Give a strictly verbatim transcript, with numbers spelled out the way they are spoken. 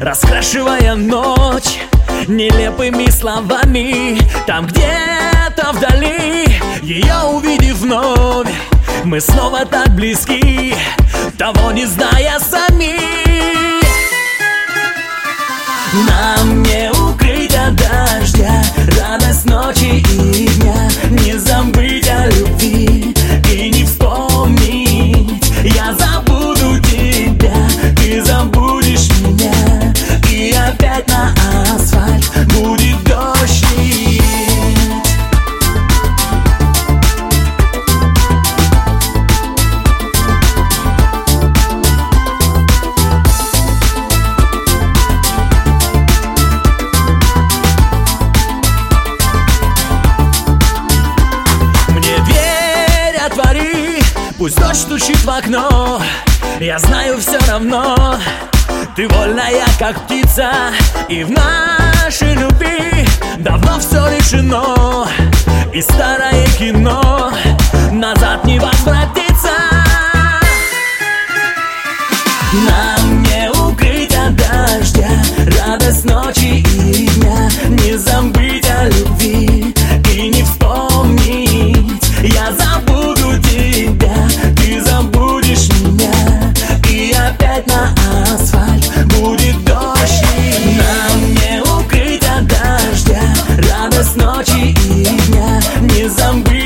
раскрашивая ночь нелепыми словами. Там где-то вдали, ее увидев вновь, мы снова так близки, того не зная сами. Нам не укрыть от дождя радость ночи и дня, не забыть о любви и не вспомнить. Я забуду тебя, ты забудешь меня, и опять на асфальт будет дождь лить. Пусть дождь стучит в окно, я знаю все равно, ты вольная, как птица, и в нашей любви давно все решено. И старое кино назад не возвратится. Нам не укрыть от дождя радость ночи и дня, не забыть о любви и не вспомнить. Я забуду тебя, ты забудешь меня, и опять на асфальт будет дождь. Нам не укрыть от дождя радость ночи и дня, не забыть